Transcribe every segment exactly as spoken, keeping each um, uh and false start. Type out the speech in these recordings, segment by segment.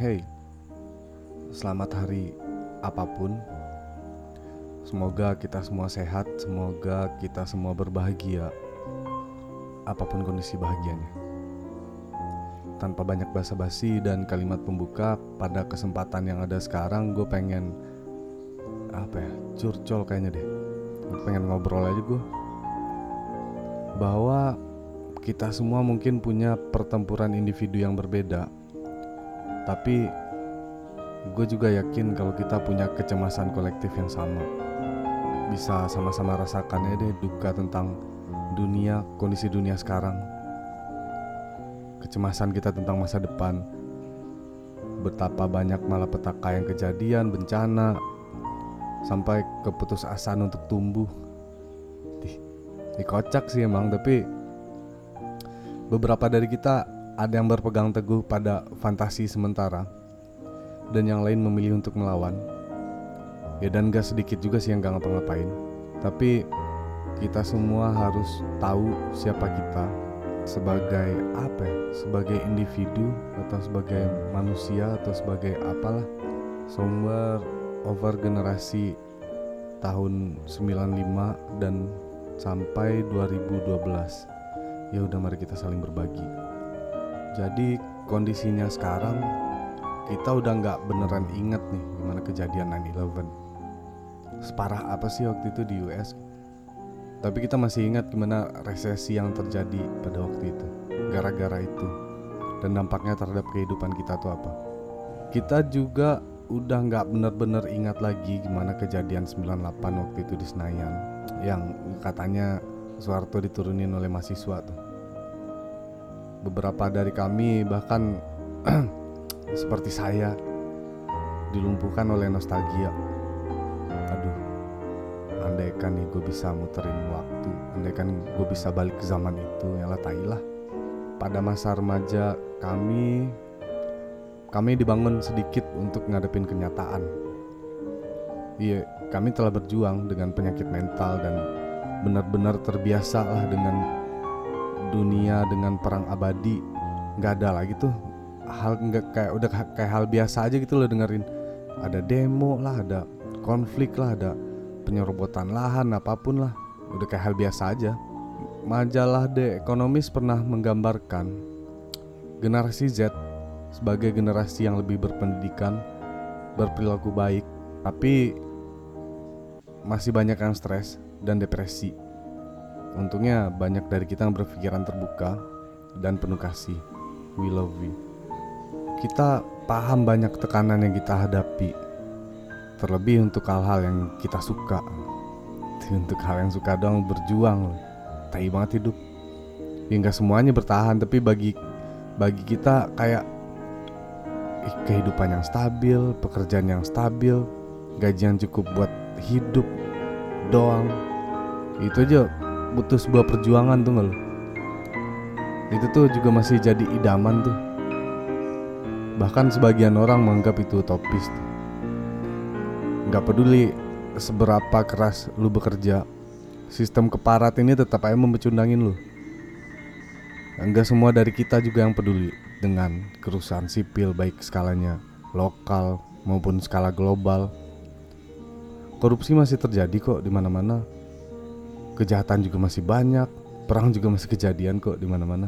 Hey, selamat hari apapun. Semoga kita semua sehat, semoga kita semua berbahagia, apapun kondisi bahagianya. Tanpa banyak basa-basi dan kalimat pembuka, pada kesempatan yang ada sekarang gue pengen apa ya, curcol kayaknya deh. Gue pengen ngobrol aja gue bahwa kita semua mungkin punya pertempuran individu yang berbeda, tapi gue juga yakin kalau kita punya kecemasan kolektif yang sama. Bisa sama-sama rasakannya deh duka tentang dunia, kondisi dunia sekarang. Kecemasan kita tentang masa depan. Betapa banyak malapetaka yang kejadian, bencana, sampai keputusasaan untuk tumbuh. Ini kocak sih emang, tapi beberapa dari kita ada yang berpegang teguh pada fantasi sementara, dan yang lain memilih untuk melawan. Ya dan gak sedikit juga sih yang gak ngapa-ngapain. Tapi kita semua harus tahu siapa kita sebagai apa ya? Sebagai individu atau sebagai manusia atau sebagai apalah, sumber over generasi tahun sembilan puluh lima dan sampai dua ribu dua belas. Ya udah, mari kita saling berbagi. Jadi kondisinya sekarang kita udah gak beneran inget nih gimana kejadian nine eleven. Separah apa sih waktu itu di U S. Tapi kita masih ingat gimana resesi yang terjadi pada waktu itu gara-gara itu, dan dampaknya terhadap kehidupan kita tuh apa. Kita juga udah gak bener-bener ingat lagi gimana kejadian sembilan puluh delapan waktu itu di Senayan, yang katanya Soeharto diturunin oleh mahasiswa tuh. Beberapa dari kami bahkan seperti saya dilumpuhkan oleh nostalgia. Aduh, andaikan nih gue bisa muterin waktu, andaikan gue bisa balik ke zaman itu. Yalah tailah. Pada masa remaja kami Kami dibangun sedikit untuk ngadepin kenyataan. Iya, kami telah berjuang dengan penyakit mental dan benar-benar terbiasa lah dengan dunia, dengan perang abadi. Gak ada lagi tuh hal nggak kayak udah kayak hal biasa aja gitu loh dengerin. Ada demo lah, ada konflik lah, ada penyerobotan lahan, apapun lah, udah kayak hal biasa aja. Majalah The Economist pernah menggambarkan generasi Z sebagai generasi yang lebih berpendidikan, berperilaku baik, tapi masih banyak yang stres dan depresi. Untungnya banyak dari kita yang berpikiran terbuka dan penuh kasih. We love you. Kita paham banyak tekanan yang kita hadapi, terlebih untuk hal-hal yang kita suka. Untuk hal yang suka doang berjuang, tai banget hidup. Ya gak semuanya bertahan, tapi bagi bagi kita kayak eh, kehidupan yang stabil, pekerjaan yang stabil, gaji yang cukup buat hidup doang, itu aja butuh sebuah perjuangan tuh gak lo? Itu tuh juga masih jadi idaman tuh. Bahkan sebagian orang menganggap itu utopis tuh. Gak peduli seberapa keras lu bekerja, sistem keparat ini tetap aja membecundangin lu. Enggak semua dari kita juga yang peduli dengan kerusuhan sipil, baik skalanya lokal maupun skala global. Korupsi masih terjadi kok di mana-mana. Kejahatan juga masih banyak, perang juga masih kejadian kok di mana-mana.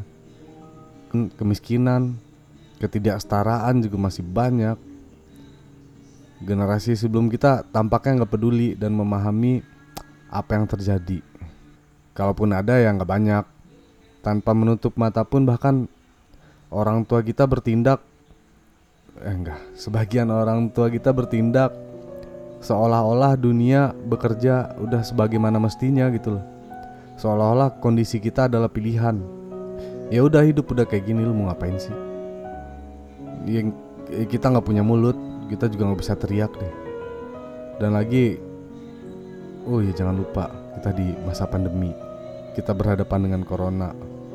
Kemiskinan, ketidaksetaraan juga masih banyak. Generasi sebelum kita tampaknya nggak peduli dan memahami apa yang terjadi. Kalaupun ada ya nggak banyak. Tanpa menutup mata pun bahkan orang tua kita bertindak eh enggak, sebagian orang tua kita bertindak seolah-olah dunia bekerja udah sebagaimana mestinya gitu loh. Seolah-olah kondisi kita adalah pilihan. Ya udah, hidup udah kayak gini, lu mau ngapain sih? Ya, kita nggak punya mulut, kita juga nggak bisa teriak deh. Dan lagi, oh ya jangan lupa kita di masa pandemi, kita berhadapan dengan corona.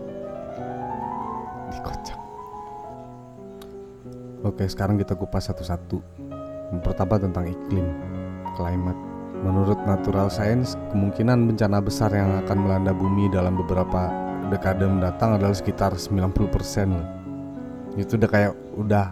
Dikocak. Oke, sekarang kita kupas satu-satu. Yang pertama tentang iklim, climate. Menurut natural science, kemungkinan bencana besar yang akan melanda bumi dalam beberapa dekade mendatang adalah sekitar sembilan puluh persen. Itu udah kayak udah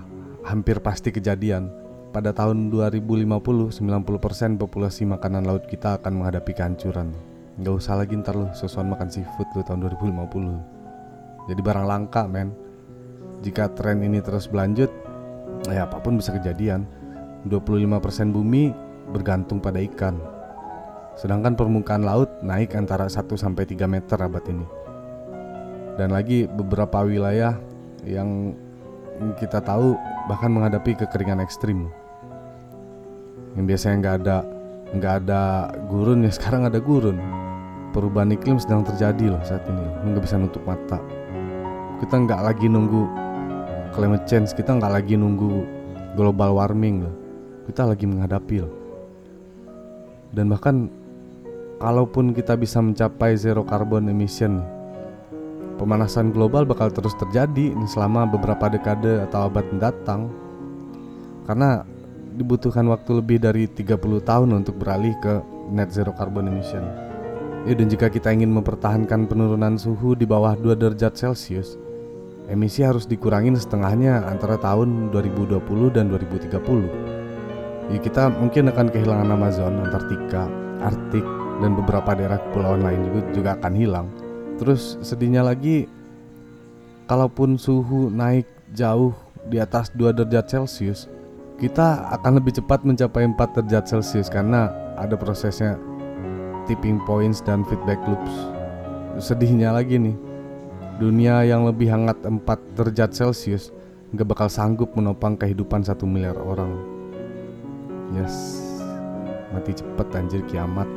hampir pasti kejadian. Pada tahun dua ribu lima puluh, sembilan puluh persen populasi makanan laut kita akan menghadapi kehancuran. Gak usah lagi ntar lu sosokan makan seafood lu tahun dua ribu lima puluh. Jadi barang langka men. Jika tren ini terus berlanjut, ya apapun bisa kejadian. Dua puluh lima persen bumi bergantung pada ikan, sedangkan permukaan laut naik antara satu sampai tiga meter abad ini. Dan lagi beberapa wilayah yang kita tahu bahkan menghadapi kekeringan ekstrim. Yang biasanya nggak ada nggak ada gurun, ya sekarang ada gurun. Perubahan iklim sedang terjadi loh saat ini. Lu nggak bisa nutup mata. Kita nggak lagi nunggu climate change, kita nggak lagi nunggu global warming loh. Kita lagi menghadapi loh. Dan bahkan kalaupun kita bisa mencapai zero carbon emission, pemanasan global bakal terus terjadi selama beberapa dekade atau abad mendatang. Karena dibutuhkan waktu lebih dari tiga puluh tahun untuk beralih ke net zero carbon emission. Ya, dan jika kita ingin mempertahankan penurunan suhu di bawah dua derajat Celcius, emisi harus dikurangin setengahnya antara tahun dua ribu dua puluh dan dua ribu tiga puluh. Ya, kita mungkin akan kehilangan Amazon, Antartika, Arktik, dan beberapa daerah kepulauan lain juga, juga akan hilang. Terus sedihnya lagi, kalaupun suhu naik jauh di atas dua derajat Celcius, kita akan lebih cepat mencapai empat derajat Celcius karena ada prosesnya tipping points dan feedback loops. Sedihnya lagi nih, dunia yang lebih hangat empat derajat Celcius gak bakal sanggup menopang kehidupan satu miliar orang. Yes, mati cepet anjir, kiamat.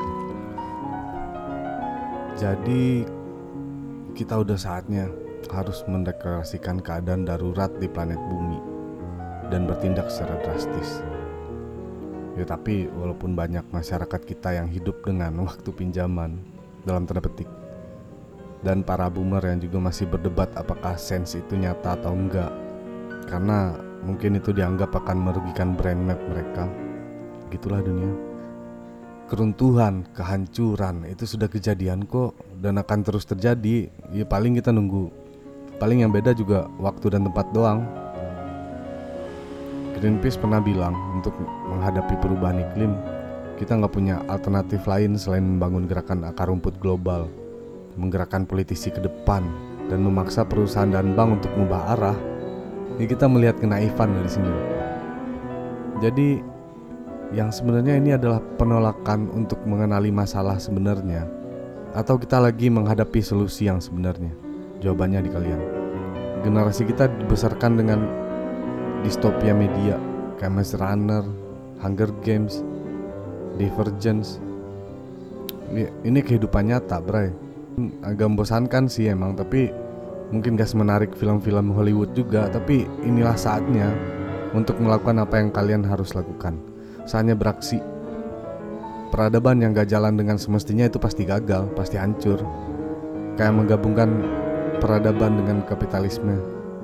Jadi kita udah saatnya harus mendeklarasikan keadaan darurat di planet bumi dan bertindak secara drastis. Ya tapi walaupun banyak masyarakat kita yang hidup dengan waktu pinjaman dalam tanda petik, dan para boomer yang juga masih berdebat apakah sense itu nyata atau enggak, karena mungkin itu dianggap akan merugikan brand map mereka. Gitulah dunia. Keruntuhan, kehancuran itu sudah kejadian kok, dan akan terus terjadi. Ya paling kita nunggu, paling yang beda juga waktu dan tempat doang. Greenpeace pernah bilang untuk menghadapi perubahan iklim, kita gak punya alternatif lain selain membangun gerakan akar rumput global, menggerakkan politisi ke depan, dan memaksa perusahaan dan bank untuk mengubah arah. Ya kita melihat kenaifan dari sini. Jadi yang sebenarnya ini adalah penolakan untuk mengenali masalah sebenarnya, atau kita lagi menghadapi solusi yang sebenarnya? Jawabannya di kalian. Generasi kita dibesarkan dengan distopia media kayak Maze Runner, Hunger Games, Divergence. Ini kehidupan nyata, bray. Agak membosankan sih emang, tapi mungkin gak semenarik film-film Hollywood juga. Tapi inilah saatnya untuk melakukan apa yang kalian harus lakukan. Saatnya beraksi. Peradaban yang gak jalan dengan semestinya itu pasti gagal, pasti hancur. Kayak menggabungkan peradaban dengan kapitalisme.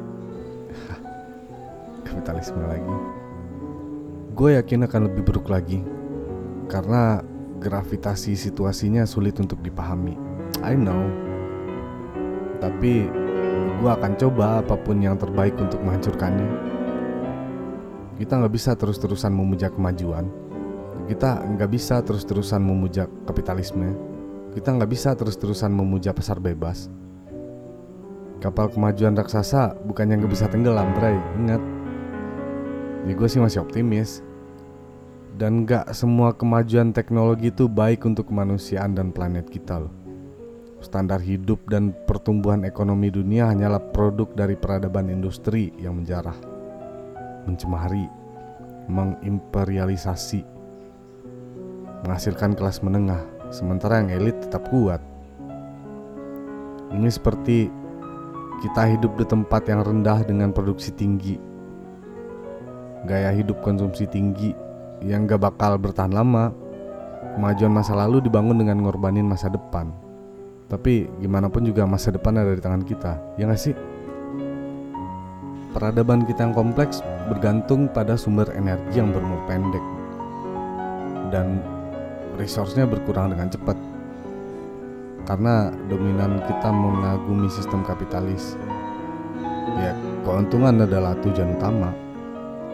Kapitalisme lagi. Gue yakin akan lebih buruk lagi, karena gravitasi situasinya sulit untuk dipahami. I know. Tapi gue akan coba apapun yang terbaik untuk menghancurkannya. Kita gak bisa terus-terusan memuja kemajuan. Kita gak bisa terus-terusan memuja kapitalisme. Kita gak bisa terus-terusan memuja pasar bebas. Kapal kemajuan raksasa bukannya gak bisa tenggelam, bray. Ingat. Ya gue sih masih optimis. Dan gak semua kemajuan teknologi itu baik untuk kemanusiaan dan planet kita loh. Standar hidup dan pertumbuhan ekonomi dunia hanyalah produk dari peradaban industri yang menjarah, mencemari, mengimperialisasi, menghasilkan kelas menengah, sementara yang elit tetap kuat. Ini seperti kita hidup di tempat yang rendah dengan produksi tinggi, gaya hidup konsumsi tinggi yang gak bakal bertahan lama. Kemajuan masa lalu dibangun dengan ngorbanin masa depan. Tapi gimana pun juga masa depan ada di tangan kita, ya gak sih? Peradaban kita yang kompleks bergantung pada sumber energi yang berumur pendek, dan resource-nya berkurang dengan cepat. Karena dominan kita mengagumi sistem kapitalis. Ya, keuntungan adalah tujuan utama.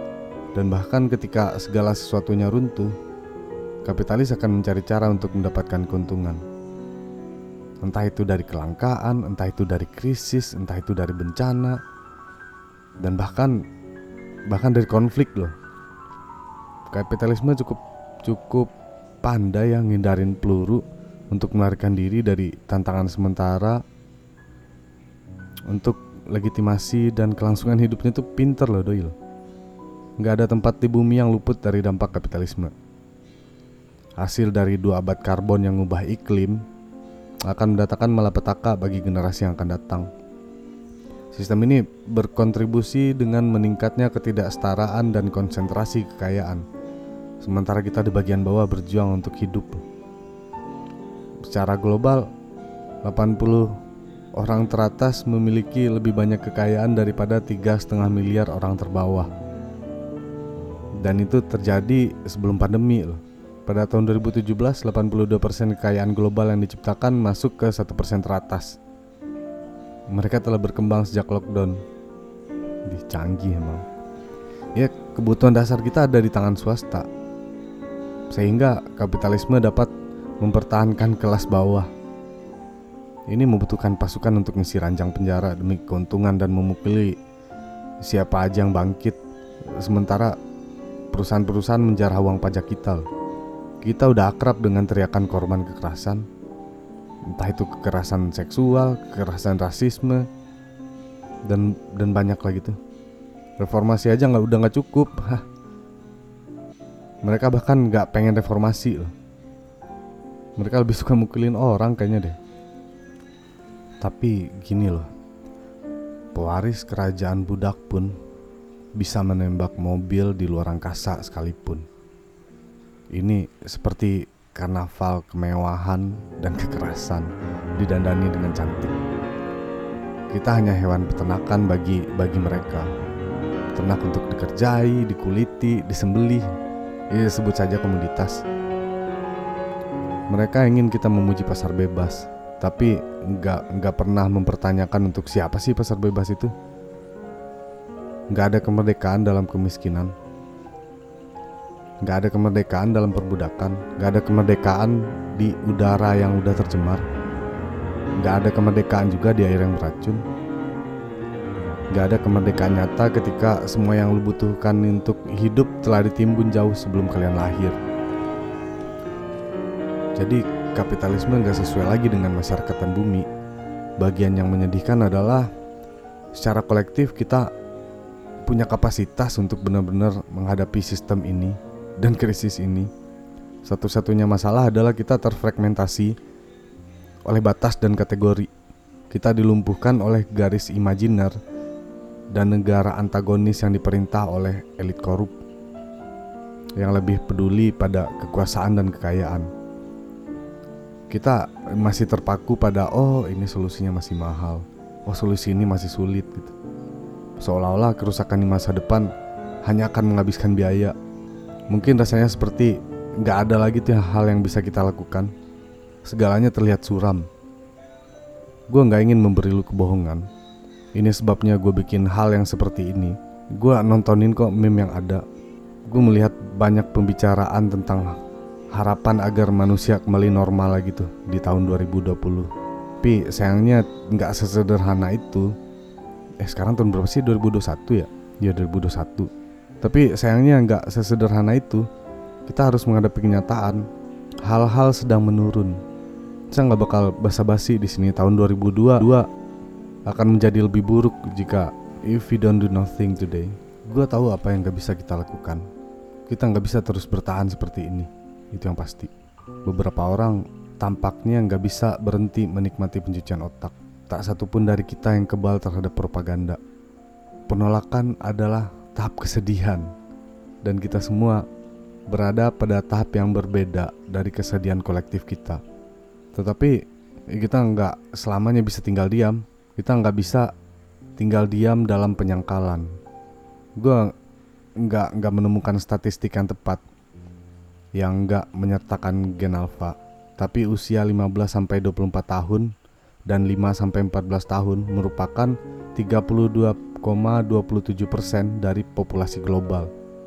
Dan bahkan ketika segala sesuatunya runtuh, kapitalis akan mencari cara untuk mendapatkan keuntungan. Entah itu dari kelangkaan, entah itu dari krisis, entah itu dari bencana, dan bahkan bahkan dari konflik loh. Kapitalisme cukup cukup pandai yang ngindarin peluru untuk melarikan diri dari tantangan sementara. Untuk legitimasi dan kelangsungan hidupnya tuh pinter loh doi loh. Gak ada tempat di bumi yang luput dari dampak kapitalisme. Hasil dari dua abad karbon yang mengubah iklim akan mendatangkan malapetaka bagi generasi yang akan datang. Sistem ini berkontribusi dengan meningkatnya ketidaksetaraan dan konsentrasi kekayaan, sementara kita di bagian bawah berjuang untuk hidup. Secara global, delapan puluh orang teratas memiliki lebih banyak kekayaan daripada tiga koma lima miliar orang terbawah. Dan itu terjadi sebelum pandemi loh. Pada tahun dua ribu tujuh belas, delapan puluh dua persen kekayaan global yang diciptakan masuk ke satu persen teratas. Mereka telah berkembang sejak lockdown. Di canggih emang. Ya, kebutuhan dasar kita ada di tangan swasta, sehingga kapitalisme dapat mempertahankan kelas bawah. Ini membutuhkan pasukan untuk ngisi ranjang penjara demi keuntungan dan memukuli siapa aja yang bangkit. Sementara perusahaan-perusahaan menjarah uang pajak kita. Kita udah akrab dengan teriakan korban kekerasan, entah itu kekerasan seksual, kekerasan rasisme, dan dan banyak lagi tuh. Reformasi aja nggak udah nggak cukup. Hah. Mereka bahkan nggak pengen reformasi loh. Mereka lebih suka mukulin orang kayaknya deh. Tapi gini loh, pewaris kerajaan budak pun bisa menembak mobil di luar angkasa sekalipun. Ini seperti karnaval kemewahan dan kekerasan didandani dengan cantik. Kita hanya hewan peternakan bagi bagi mereka. Ternak untuk dikerjai, dikuliti, disembelih. Ya sebut saja komoditas. Mereka ingin kita memuji pasar bebas, tapi nggak nggak pernah mempertanyakan untuk siapa sih pasar bebas itu. Nggak ada kemerdekaan dalam kemiskinan. Nggak ada kemerdekaan dalam perbudakan. Nggak ada kemerdekaan di udara yang udah tercemar. Nggak ada kemerdekaan juga di air yang beracun. Nggak ada kemerdekaan nyata ketika semua yang lu butuhkan untuk hidup telah ditimbun jauh sebelum kalian lahir. Jadi kapitalisme nggak sesuai lagi dengan masyarakat dan bumi. Bagian yang menyedihkan adalah secara kolektif kita punya kapasitas untuk benar-benar menghadapi sistem ini dan krisis ini. Satu-satunya masalah adalah kita terfragmentasi oleh batas dan kategori. Kita dilumpuhkan oleh garis imajiner dan negara antagonis yang diperintah oleh elit korup yang lebih peduli pada kekuasaan dan kekayaan. Kita masih terpaku pada oh ini solusinya masih mahal, oh solusi ini masih sulit gitu. Seolah-olah kerusakan di masa depan hanya akan menghabiskan biaya. Mungkin rasanya seperti gak ada lagi tuh hal yang bisa kita lakukan. Segalanya terlihat suram. Gue gak ingin memberi lu kebohongan. Ini sebabnya gue bikin hal yang seperti ini. Gue nontonin kok meme yang ada. Gue melihat banyak pembicaraan tentang harapan agar manusia kembali normal lagi tuh di tahun dua ribu dua puluh. Tapi sayangnya gak sesederhana itu. Eh sekarang tahun berapa sih? dua ribu dua puluh satu ya? Ya dua ribu dua puluh satu. Tapi sayangnya gak sesederhana itu. Kita harus menghadapi kenyataan. Hal-hal sedang menurun. Saya gak bakal basa-basi di sini. Tahun dua ribu dua puluh dua akan menjadi lebih buruk jika if we don't do nothing today. Gue tahu apa yang gak bisa kita lakukan. Kita gak bisa terus bertahan seperti ini. Itu yang pasti. Beberapa orang tampaknya gak bisa berhenti menikmati pencucian otak. Tak satupun dari kita yang kebal terhadap propaganda. Penolakan adalah tahap kesedihan. Dan kita semua berada pada tahap yang berbeda dari kesedihan kolektif kita. Tetapi kita nggak selamanya bisa tinggal diam. Kita nggak bisa tinggal diam dalam penyangkalan. Gue nggak nggak menemukan statistik yang tepat yang nggak menyertakan gen alfa. Tapi usia lima belas sampai dua puluh empat tahun dan lima sampai empat belas tahun merupakan tiga puluh dua koma dua tujuh persen dari populasi global.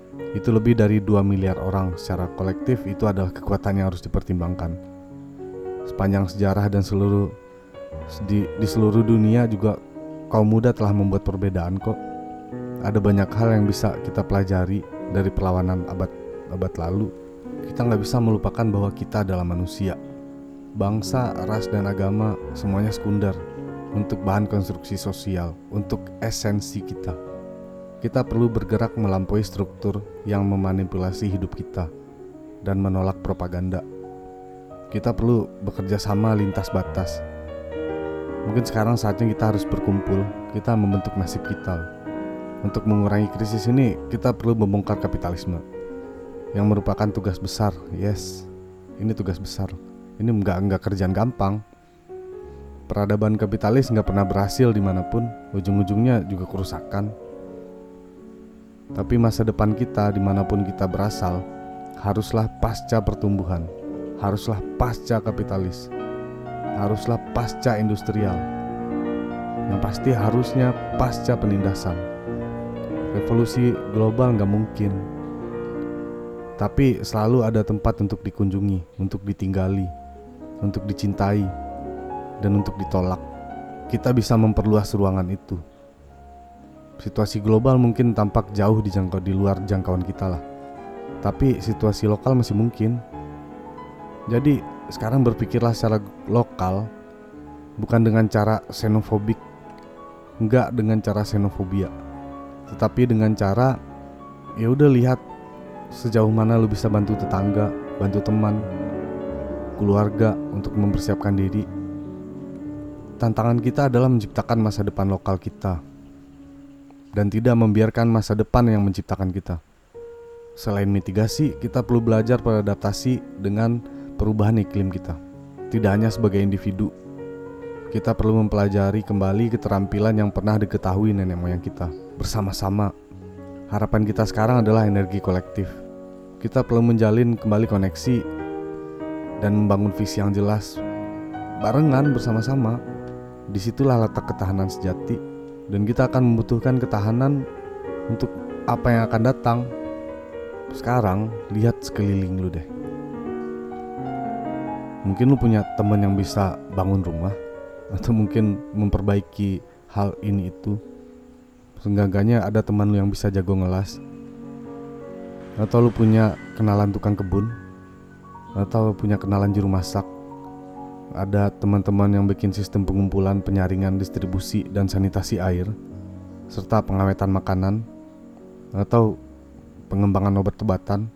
Itu lebih dari dua miliar orang. Secara kolektif itu adalah kekuatan yang harus dipertimbangkan. Sepanjang sejarah dan seluruh di, di seluruh dunia juga kaum muda telah membuat perbedaan kok. Ada banyak hal yang bisa kita pelajari dari perlawanan abad-abad lalu. Kita nggak bisa melupakan bahwa kita adalah manusia. Bangsa, ras, dan agama semuanya sekunder untuk bahan konstruksi sosial, untuk esensi kita. Kita perlu bergerak melampaui struktur yang memanipulasi hidup kita dan menolak propaganda. Kita perlu bekerja sama lintas batas. Mungkin sekarang saatnya kita harus berkumpul, kita membentuk nasib kita. Untuk mengurangi krisis ini, kita perlu membongkar kapitalisme, yang merupakan tugas besar. Yes, ini tugas besar. Ini enggak, enggak kerjaan gampang. Peradaban kapitalis enggak pernah berhasil dimanapun, ujung-ujungnya juga kerusakan. Tapi masa depan kita dimanapun kita berasal, haruslah pasca pertumbuhan, haruslah pasca kapitalis, haruslah pasca industrial, yang pasti harusnya pasca penindasan. Revolusi global nggak mungkin, tapi selalu ada tempat untuk dikunjungi, untuk ditinggali, untuk dicintai, dan untuk ditolak. Kita bisa memperluas ruangan itu. Situasi global mungkin tampak jauh dijangkau di luar jangkauan kita lah, tapi situasi lokal masih mungkin. Jadi sekarang berpikirlah secara lokal, bukan dengan cara xenofobik, enggak dengan cara xenofobia, tetapi dengan cara ya udah lihat sejauh mana lu bisa bantu tetangga, bantu teman, keluarga untuk mempersiapkan diri. Tantangan kita adalah menciptakan masa depan lokal kita dan tidak membiarkan masa depan yang menciptakan kita. Selain mitigasi, kita perlu belajar beradaptasi dengan perubahan iklim kita. Tidak hanya sebagai individu, kita perlu mempelajari kembali keterampilan yang pernah diketahui nenek moyang kita bersama-sama. Harapan kita sekarang adalah energi kolektif. Kita perlu menjalin kembali koneksi dan membangun visi yang jelas barengan bersama-sama. Disitulah letak ketahanan sejati. Dan kita akan membutuhkan ketahanan untuk apa yang akan datang. Sekarang lihat sekeliling lu deh. Mungkin lu punya teman yang bisa bangun rumah, atau mungkin memperbaiki hal ini itu. Seenggaknya ada teman lu yang bisa jago ngelas, atau lu punya kenalan tukang kebun, atau punya kenalan juru masak. Ada teman-teman yang bikin sistem pengumpulan, penyaringan, distribusi, dan sanitasi air, serta pengawetan makanan, atau pengembangan obat-obatan.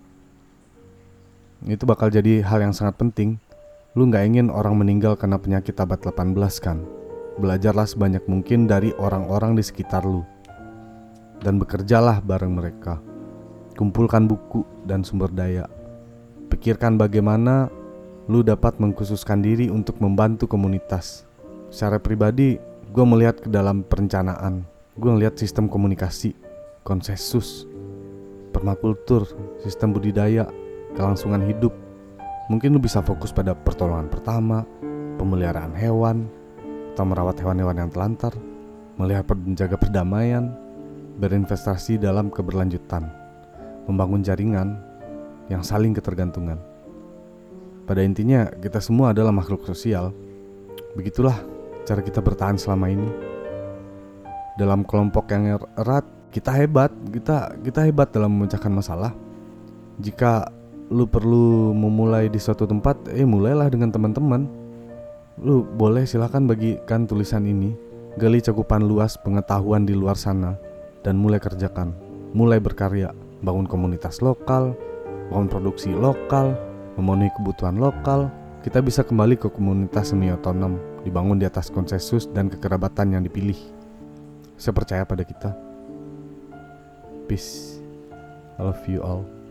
Itu bakal jadi hal yang sangat penting. Lu gak ingin orang meninggal karena penyakit abad delapan belas kan? Belajarlah sebanyak mungkin dari orang-orang di sekitar lu, dan bekerjalah bareng mereka. Kumpulkan buku dan sumber daya. Pikirkan bagaimana lu dapat mengkhususkan diri untuk membantu komunitas. Secara pribadi, gue melihat ke dalam perencanaan. Gue melihat sistem komunikasi, konsensus, permakultur, sistem budidaya, kelangsungan hidup. Mungkin lu bisa fokus pada pertolongan pertama, pemeliharaan hewan, atau merawat hewan-hewan yang telantar, melihara menjaga perdamaian, berinvestasi dalam keberlanjutan, membangun jaringan yang saling ketergantungan. Pada intinya kita semua adalah makhluk sosial. Begitulah cara kita bertahan selama ini. Dalam kelompok yang erat, kita hebat, kita kita hebat dalam memecahkan masalah. Jika lu perlu memulai di suatu tempat, eh mulailah dengan teman-teman. Lu boleh silakan bagikan tulisan ini, gali cakupan luas pengetahuan di luar sana, dan mulai kerjakan, mulai berkarya, bangun komunitas lokal, bangun produksi lokal, memenuhi kebutuhan lokal. Kita bisa kembali ke komunitas semi otonom, dibangun di atas konsensus dan kekerabatan yang dipilih. Saya percaya pada kita. Peace. I love you all.